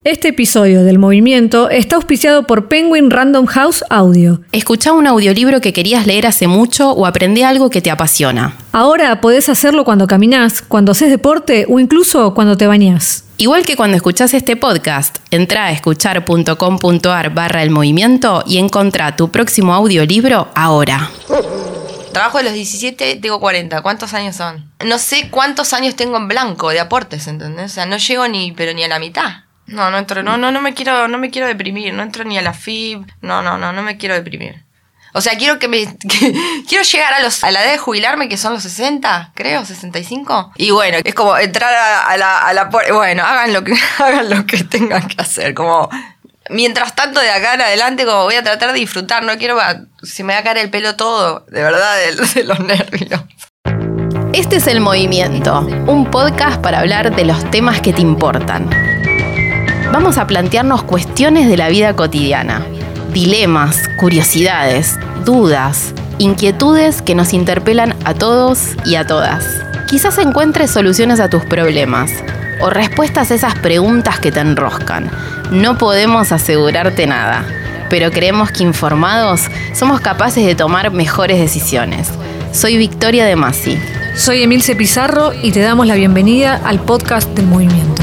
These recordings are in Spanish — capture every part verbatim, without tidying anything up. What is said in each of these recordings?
Este episodio del Movimiento está auspiciado por Penguin Random House Audio. Escuchá un audiolibro que querías leer hace mucho o aprendé algo que te apasiona. Ahora podés hacerlo cuando caminás, cuando haces deporte o incluso cuando te bañás. Igual que cuando escuchás este podcast, entrá a escuchar.com.ar barra el movimiento y encontrá tu próximo audiolibro ahora. Trabajo de los diecisiete, tengo cuarenta. ¿Cuántos años son? No sé cuántos años tengo en blanco de aportes, ¿entendés? O sea, no llego ni, pero ni a la mitad. No, no entro, no, no, no me quiero, no me quiero deprimir, no entro ni a la F I B, no, no, no, no me quiero deprimir. O sea, quiero que me, que, quiero llegar a los, a la edad de jubilarme, que son los sesenta, creo, sesenta y cinco. Y bueno, es como entrar a, a la, a la, bueno, hagan lo que, hagan lo que tengan que hacer, como, mientras tanto de acá en adelante, como voy a tratar de disfrutar, no quiero, se me va a caer el pelo todo, de verdad, de, de los nervios. Este es El Movimiento, un podcast para hablar de los temas que te importan. Vamos a plantearnos cuestiones de la vida cotidiana, dilemas, curiosidades, dudas, inquietudes que nos interpelan a todos y a todas. Quizás encuentres soluciones a tus problemas o respuestas a esas preguntas que te enroscan. No podemos asegurarte nada, pero creemos que informados somos capaces de tomar mejores decisiones. Soy Victoria De Masi. Soy Emilce Pizarro y te damos la bienvenida al podcast del Movimiento.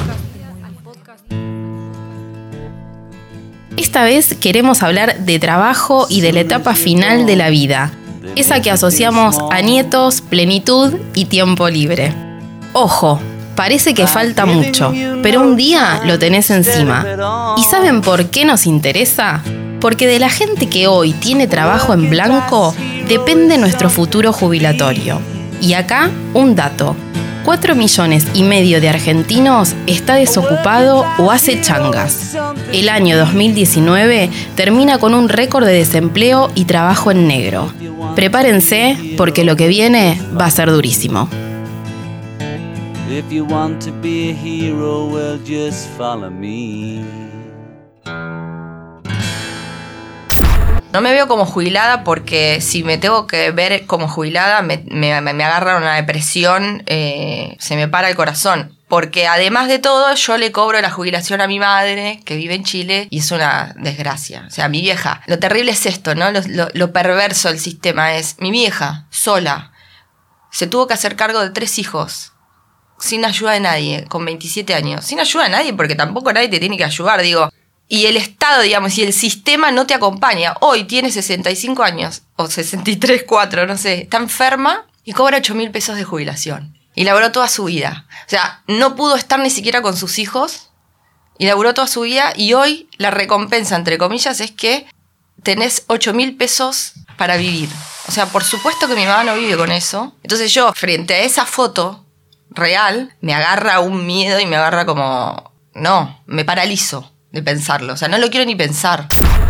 Esta vez queremos hablar de trabajo y de la etapa final de la vida, esa que asociamos a nietos, plenitud y tiempo libre. Ojo, parece que falta mucho, pero un día lo tenés encima. ¿Y saben por qué nos interesa? Porque de la gente que hoy tiene trabajo en blanco depende nuestro futuro jubilatorio. Y acá un dato. Cuatro millones y medio de argentinos está desocupado o hace changas. El año dos mil diecinueve termina con un récord de desempleo y trabajo en negro. Prepárense porque lo que viene va a ser durísimo. No me veo como jubilada porque si me tengo que ver como jubilada me, me, me agarra una depresión, eh, se me para el corazón. Porque además de todo yo le cobro la jubilación a mi madre que vive en Chile y es una desgracia. O sea, mi vieja, lo terrible es esto, ¿no? Lo, lo, lo perverso del sistema es mi vieja, sola, se tuvo que hacer cargo de tres hijos. Sin ayuda de nadie, con veintisiete años. Sin ayuda de nadie porque tampoco nadie te tiene que ayudar, digo. Y el Estado, digamos, y el sistema no te acompaña. Hoy tiene sesenta y cinco años, o sesenta y tres, cuatro, no sé. Está enferma y cobra ocho mil pesos de jubilación. Y laburó toda su vida. O sea, no pudo estar ni siquiera con sus hijos. Y laburó toda su vida. Y hoy la recompensa, entre comillas, es que tenés ocho mil pesos para vivir. O sea, por supuesto que mi mamá no vive con eso. Entonces yo, frente a esa foto real, me agarra un miedo y me agarra como... No, me paralizo de pensarlo, o sea, no lo quiero ni pensar.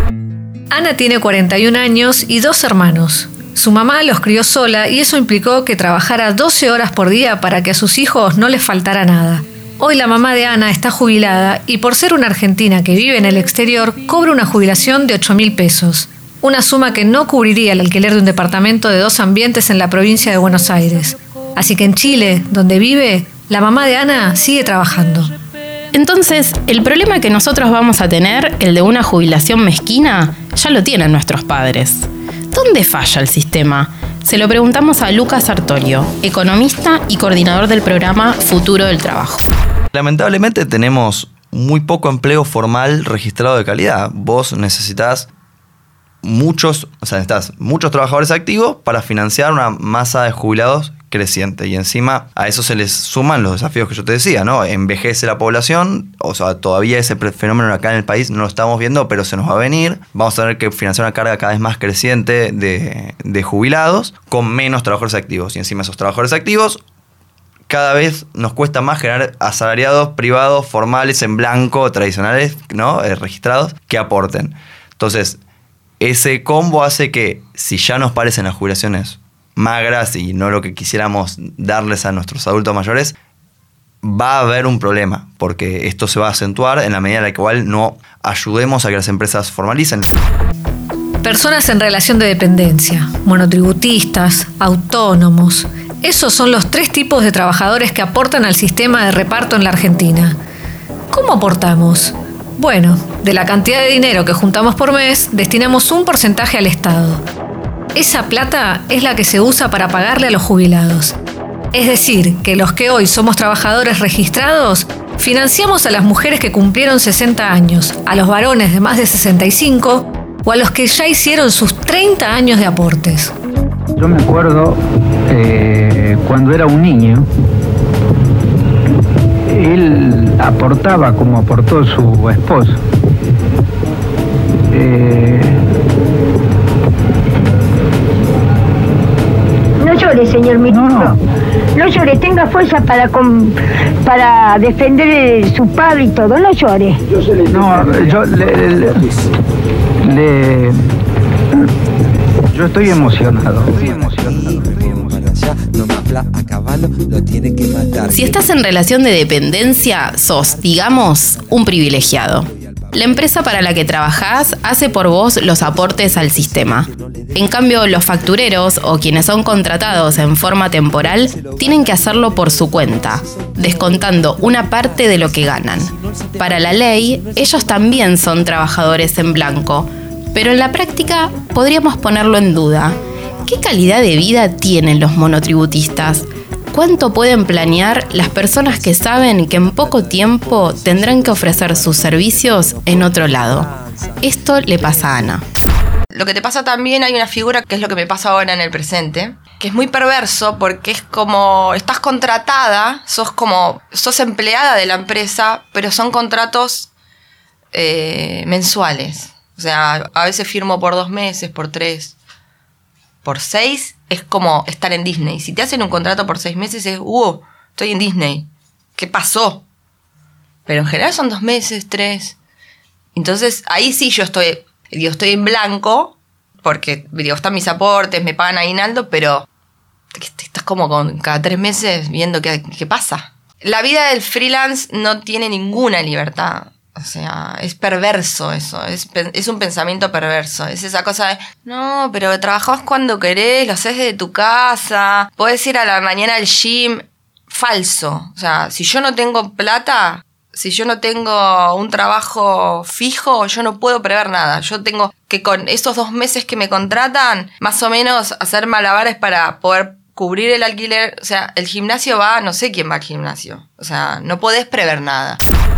Ana tiene cuarenta y un años y dos hermanos. Su mamá los crió sola y eso implicó que trabajara doce horas por día para que a sus hijos no les faltara nada. Hoy la mamá de Ana está jubilada y por ser una argentina que vive en el exterior, cobra una jubilación de ocho mil pesos. Una suma que no cubriría el alquiler de un departamento de dos ambientes en la provincia de Buenos Aires. Así que en Chile, donde vive, la mamá de Ana sigue trabajando. Entonces, el problema que nosotros vamos a tener, el de una jubilación mezquina, ya lo tienen nuestros padres. ¿Dónde falla el sistema? Se lo preguntamos a Lucas Sartorio, economista y coordinador del programa Futuro del Trabajo. Lamentablemente tenemos muy poco empleo formal registrado de calidad. Vos necesitas muchos, o sea, necesitas muchos trabajadores activos para financiar una masa de jubilados creciente, y encima a eso se les suman los desafíos que yo te decía, ¿no? Envejece la población, o sea, todavía ese fenómeno acá en el país no lo estamos viendo, pero se nos va a venir. Vamos a tener que financiar una carga cada vez más creciente de, de jubilados con menos trabajadores activos, y encima esos trabajadores activos cada vez nos cuesta más generar asalariados privados formales en blanco, tradicionales, ¿no? Eh, registrados, que aporten. Entonces, ese combo hace que si ya nos parecen las jubilaciones magras y no lo que quisiéramos darles a nuestros adultos mayores, va a haber un problema, porque esto se va a acentuar en la medida en la que igual no ayudemos a que las empresas formalicen. Personas en relación de dependencia, monotributistas, autónomos. Esos son los tres tipos de trabajadores que aportan al sistema de reparto en la Argentina. ¿Cómo aportamos? Bueno, de la cantidad de dinero que juntamos por mes, destinamos un porcentaje al Estado. Esa plata es la que se usa para pagarle a los jubilados. Es decir, que los que hoy somos trabajadores registrados, financiamos a las mujeres que cumplieron sesenta años, a los varones de más de sesenta y cinco o a los que ya hicieron sus treinta años de aportes. Yo me acuerdo eh, cuando era un niño, él aportaba como aportó su esposo. Eh... No llore, señor ministro. No, no llore, tenga fuerza para con, para defender su padre y todo. No llore. No, yo le, le, le yo estoy emocionado. Estoy emocionado. Si estás en relación de dependencia, sos, digamos, un privilegiado. La empresa para la que trabajás hace por vos los aportes al sistema. En cambio, los factureros o quienes son contratados en forma temporal tienen que hacerlo por su cuenta, descontando una parte de lo que ganan. Para la ley, ellos también son trabajadores en blanco, pero en la práctica podríamos ponerlo en duda. ¿Qué calidad de vida tienen los monotributistas? ¿Cuánto pueden planear las personas que saben que en poco tiempo tendrán que ofrecer sus servicios en otro lado? Esto le pasa a Ana. Lo que te pasa también, hay una figura que es lo que me pasa ahora en el presente, que es muy perverso porque es como, estás contratada, sos como, sos empleada de la empresa, pero son contratos eh, mensuales. O sea, a veces firmo por dos meses, por tres, por seis, es como estar en Disney. Si te hacen un contrato por seis meses es, uh, estoy en Disney. ¿Qué pasó? Pero en general son dos meses, tres. Entonces, ahí sí yo estoy, digo, estoy en blanco, porque, digo, están mis aportes, me pagan aguinaldo, pero estás como con cada tres meses viendo qué, qué pasa. La vida del freelance no tiene ninguna libertad. O sea, es perverso eso, es, es un pensamiento perverso. Es esa cosa de, no, pero trabajás cuando querés, lo haces desde tu casa, podés ir a la mañana al gym. Falso. O sea, si yo no tengo plata, si yo no tengo un trabajo fijo, yo no puedo prever nada. Yo tengo que con esos dos meses que me contratan, más o menos hacer malabares para poder cubrir el alquiler. O sea, el gimnasio va, no sé quién va al gimnasio. O sea, no podés prever nada.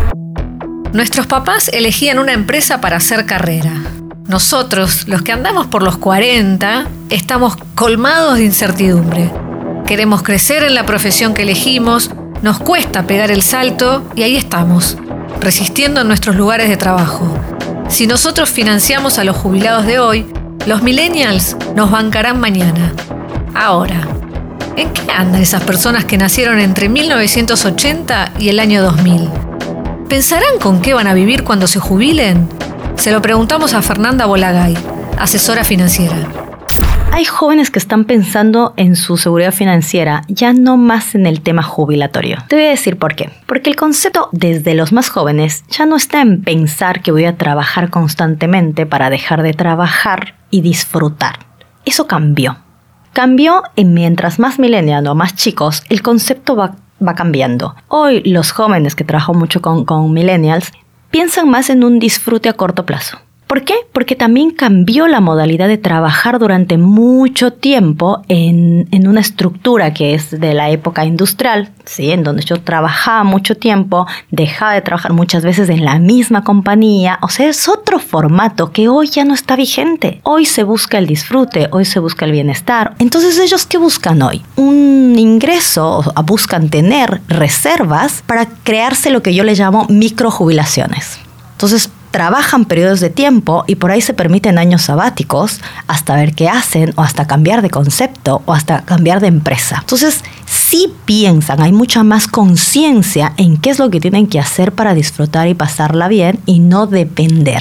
Nuestros papás elegían una empresa para hacer carrera. Nosotros, los que andamos por los cuarenta, estamos colmados de incertidumbre. Queremos crecer en la profesión que elegimos, nos cuesta pegar el salto y ahí estamos, resistiendo en nuestros lugares de trabajo. Si nosotros financiamos a los jubilados de hoy, los millennials nos bancarán mañana. Ahora, ¿en qué andan esas personas que nacieron entre mil novecientos ochenta y el año dos mil? ¿Pensarán con qué van a vivir cuando se jubilen? Se lo preguntamos a Fernanda Bolagay, asesora financiera. Hay jóvenes que están pensando en su seguridad financiera, ya no más en el tema jubilatorio. Te voy a decir por qué. Porque el concepto desde los más jóvenes ya no está en pensar que voy a trabajar constantemente para dejar de trabajar y disfrutar. Eso cambió. Cambió y mientras más millennials o más chicos, el concepto va va cambiando. Hoy los jóvenes que trabajan mucho con, con millennials piensan más en un disfrute a corto plazo. ¿Por qué? Porque también cambió la modalidad de trabajar durante mucho tiempo en, en una estructura que es de la época industrial, ¿sí? En donde yo trabajaba mucho tiempo, dejaba de trabajar muchas veces en la misma compañía. O sea, es otro formato que hoy ya no está vigente. Hoy se busca el disfrute, hoy se busca el bienestar. Entonces, ¿ellos qué buscan hoy? Un ingreso, o buscan tener reservas para crearse lo que yo le llamo microjubilaciones. Entonces, trabajan periodos de tiempo y por ahí se permiten años sabáticos hasta ver qué hacen o hasta cambiar de concepto o hasta cambiar de empresa. Entonces, sí piensan, hay mucha más conciencia en qué es lo que tienen que hacer para disfrutar y pasarla bien y no depender.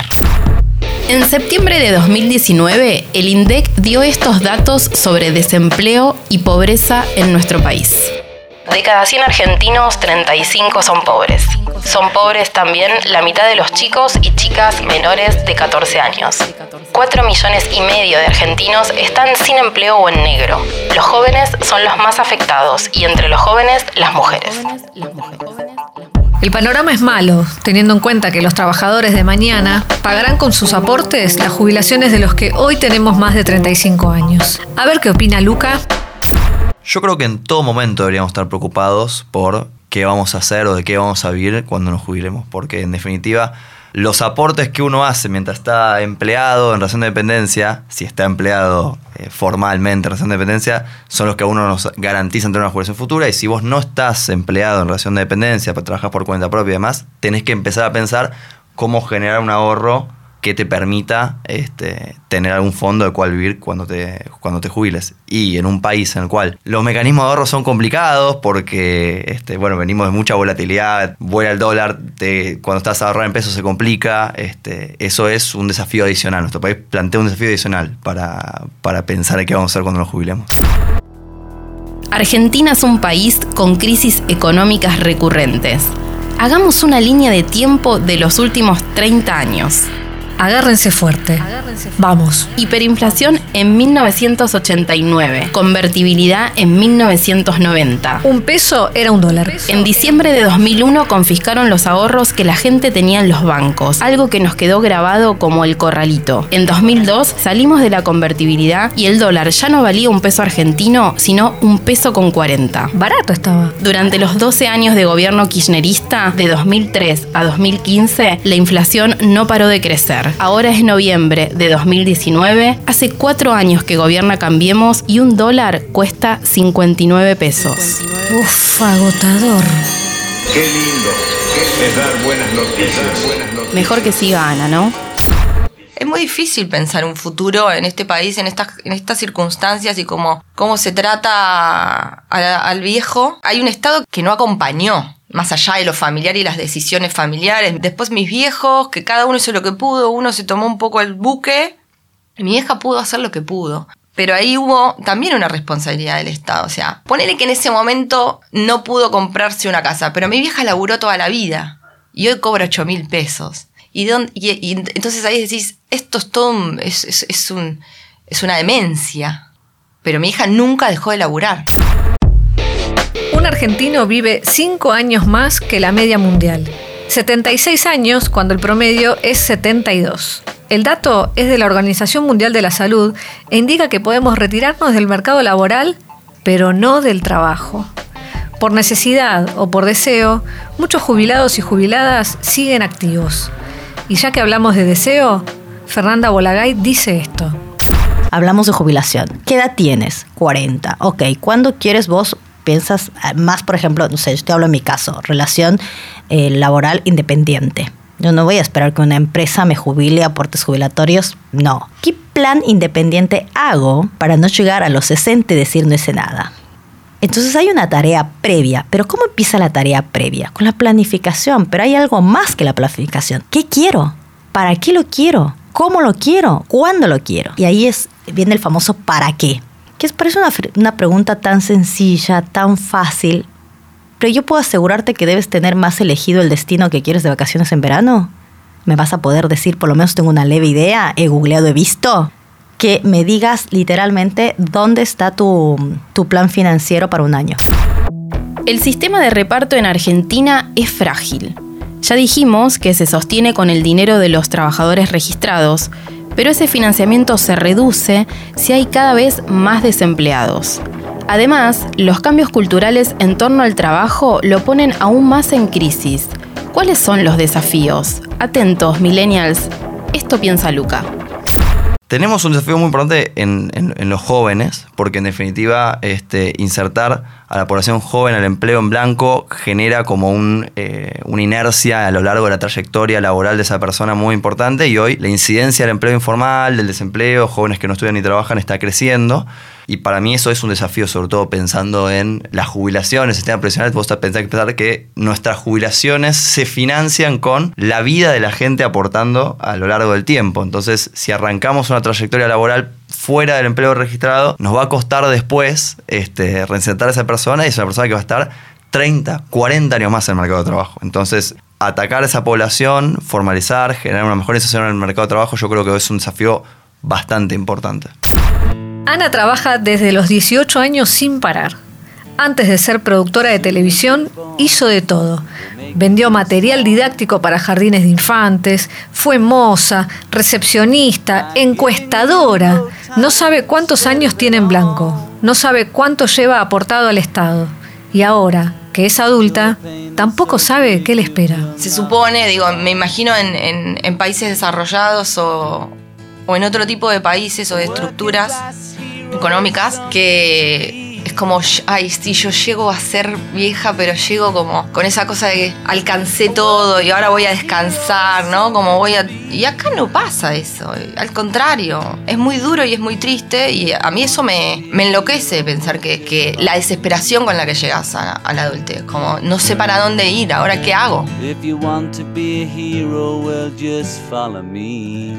En septiembre de dos mil diecinueve, el INDEC dio estos datos sobre desempleo y pobreza en nuestro país. De cada cien argentinos, treinta y cinco son pobres. Son pobres también la mitad de los chicos y chicas menores de catorce años. cuatro millones y medio de argentinos están sin empleo o en negro. Los jóvenes son los más afectados y entre los jóvenes, las mujeres. Las mujeres. El panorama es malo, teniendo en cuenta que los trabajadores de mañana pagarán con sus aportes las jubilaciones de los que hoy tenemos más de treinta y cinco años. A ver qué opina Luca. Yo creo que en todo momento deberíamos estar preocupados por qué vamos a hacer o de qué vamos a vivir cuando nos jubilemos, porque en definitiva los aportes que uno hace mientras está empleado en relación de dependencia, si está empleado eh, formalmente en relación de dependencia, son los que a uno nos garantizan tener una jubilación futura. Y si vos no estás empleado en relación de dependencia, pero trabajas por cuenta propia y demás, tenés que empezar a pensar cómo generar un ahorro que te permita este, tener algún fondo del cual vivir cuando te, cuando te jubiles. Y en un país en el cual los mecanismos de ahorro son complicados porque este, bueno, venimos de mucha volatilidad, vuela el dólar, te, cuando estás a ahorrar en pesos se complica, este, eso es un desafío adicional. Nuestro país plantea un desafío adicional para, para pensar en qué vamos a hacer cuando nos jubilemos. Argentina es un país con crisis económicas recurrentes. Hagamos una línea de tiempo de los últimos treinta años. Agárrense fuerte. Vamos. Hiperinflación en mil novecientos ochenta y nueve. Convertibilidad en mil novecientos noventa. Un peso era un dólar. En diciembre de dos mil uno confiscaron los ahorros que la gente tenía en los bancos, algo que nos quedó grabado como el corralito. En dos mil dos salimos de la convertibilidad y el dólar ya no valía un peso argentino, sino un peso con cuarenta. Barato estaba. Durante los doce años de gobierno kirchnerista, de dos mil tres a dos mil quince, la inflación no paró de crecer. Ahora es noviembre de dos mil diecinueve, hace cuatro años que gobierna Cambiemos y un dólar cuesta cincuenta y nueve pesos. Uf, agotador. Qué lindo es dar buenas noticias. Buenas noticias. Mejor que siga Ana, ¿no? Es muy difícil pensar un futuro en este país, en estas, en estas circunstancias y cómo, cómo se trata a, al viejo. Hay un Estado que no acompañó, más allá de lo familiar y las decisiones familiares. Después mis viejos, que cada uno hizo lo que pudo, uno se tomó un poco el buque, y mi vieja pudo hacer lo que pudo. Pero ahí hubo también una responsabilidad del Estado. O sea, ponele que en ese momento no pudo comprarse una casa, pero mi vieja laburó toda la vida y hoy cobra ocho mil pesos. Y, don, y, y entonces ahí decís, esto es todo un, es, es, es, un, es una demencia. Pero mi hija nunca dejó de laburar. Un argentino vive cinco años más que la media mundial. setenta y seis años cuando el promedio es setenta y dos. El dato es de la Organización Mundial de la Salud e indica que podemos retirarnos del mercado laboral, pero no del trabajo. Por necesidad o por deseo, muchos jubilados y jubiladas siguen activos. Y ya que hablamos de deseo, Fernanda Bolagay dice esto. Hablamos de jubilación. ¿Qué edad tienes? cuarenta. Ok, ¿cuándo quieres vos? Piensas más, por ejemplo, no sé, yo te hablo en mi caso, relación eh, laboral independiente. Yo no voy a esperar que una empresa me jubile aportes jubilatorios. No. ¿Qué plan independiente hago para no llegar a los sesenta y decir no hice nada? Entonces hay una tarea previa. ¿Pero cómo empieza la tarea previa? Con la planificación. Pero hay algo más que la planificación. ¿Qué quiero? ¿Para qué lo quiero? ¿Cómo lo quiero? ¿Cuándo lo quiero? Y ahí es, viene el famoso ¿para qué? Que es parece una, una pregunta tan sencilla, tan fácil. Pero yo puedo asegurarte que debes tener más elegido el destino que quieres de vacaciones en verano. ¿Me vas a poder decir, por lo menos tengo una leve idea, he googleado, he visto? Que me digas literalmente dónde está tu, tu plan financiero para un año. El sistema de reparto en Argentina es frágil. Ya dijimos que se sostiene con el dinero de los trabajadores registrados, pero ese financiamiento se reduce si hay cada vez más desempleados. Además, los cambios culturales en torno al trabajo lo ponen aún más en crisis. ¿Cuáles son los desafíos? Atentos, millennials. Esto piensa Luca. Tenemos un desafío muy importante en, en, en los jóvenes, porque en definitiva este, insertar a la población joven al empleo en blanco genera como un, eh, una inercia a lo largo de la trayectoria laboral de esa persona muy importante, y hoy la incidencia del empleo informal, del desempleo, jóvenes que no estudian ni trabajan, está creciendo. Y para mí eso es un desafío, sobre todo pensando en las jubilaciones, el sistema previsional. Vos tenés que pensar que nuestras jubilaciones se financian con la vida de la gente aportando a lo largo del tiempo. Entonces, si arrancamos una trayectoria laboral fuera del empleo registrado, nos va a costar después este, reinsertar a esa persona, y es una persona que va a estar treinta, cuarenta años más en el mercado de trabajo. Entonces, atacar a esa población, formalizar, generar una mejor inserción en el mercado de trabajo, yo creo que es un desafío bastante importante. Ana trabaja desde los dieciocho años sin parar. Antes de ser productora de televisión, hizo de todo. Vendió material didáctico para jardines de infantes, fue moza, recepcionista, encuestadora. No sabe cuántos años tiene en blanco, no sabe cuánto lleva aportado al Estado. Y ahora, que es adulta, tampoco sabe qué le espera. Se supone, digo, me imagino en, en, en países desarrollados o, o en otro tipo de países o de estructuras económicas que es como, ay, sí, yo llego a ser vieja, pero llego como con esa cosa de que alcancé todo y ahora voy a descansar, ¿no? Como voy a... Y acá no pasa eso, al contrario, es muy duro y es muy triste y a mí eso me, me enloquece pensar que, que la desesperación con la que llegas a, a la adultez, como no sé para dónde ir, ahora qué hago. If you want to be a hero, well, just follow me.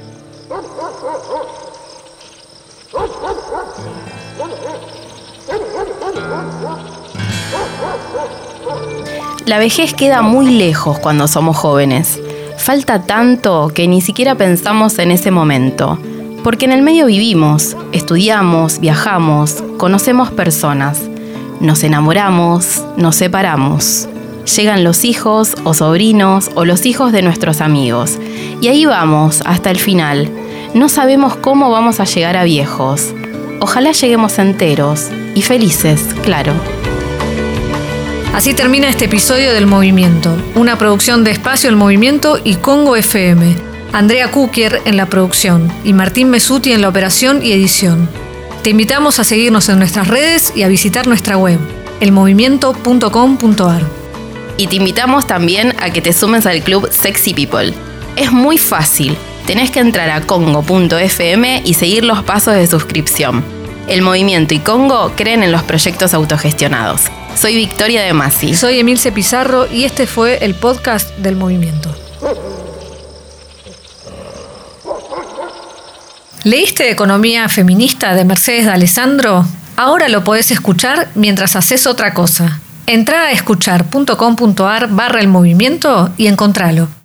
La vejez queda muy lejos cuando somos jóvenes. Falta tanto que ni siquiera pensamos en ese momento. Porque en el medio vivimos, estudiamos, viajamos, conocemos personas. Nos enamoramos, nos separamos. Llegan los hijos o sobrinos o los hijos de nuestros amigos. Y ahí vamos, hasta el final. No sabemos cómo vamos a llegar a viejos. Ojalá lleguemos enteros y felices, claro. Así termina este episodio del Movimiento, una producción de Espacio El Movimiento y Congo F M. Andrea Kukier en la producción y Martín Mesuti en la operación y edición. Te invitamos a seguirnos en nuestras redes y a visitar nuestra web, el movimiento punto com punto a r. Y te invitamos también a que te sumes al club Sexy People. Es muy fácil. Tenés que entrar a congo punto f m y seguir los pasos de suscripción. El Movimiento y Congo creen en los proyectos autogestionados. Soy Victoria de Masi. Soy Emilce Pizarro y este fue el podcast del Movimiento. ¿Leíste Economía Feminista de Mercedes D'Alessandro? Ahora lo podés escuchar mientras haces otra cosa. Entrá a escuchar punto com punto a r barra el movimiento y encontralo.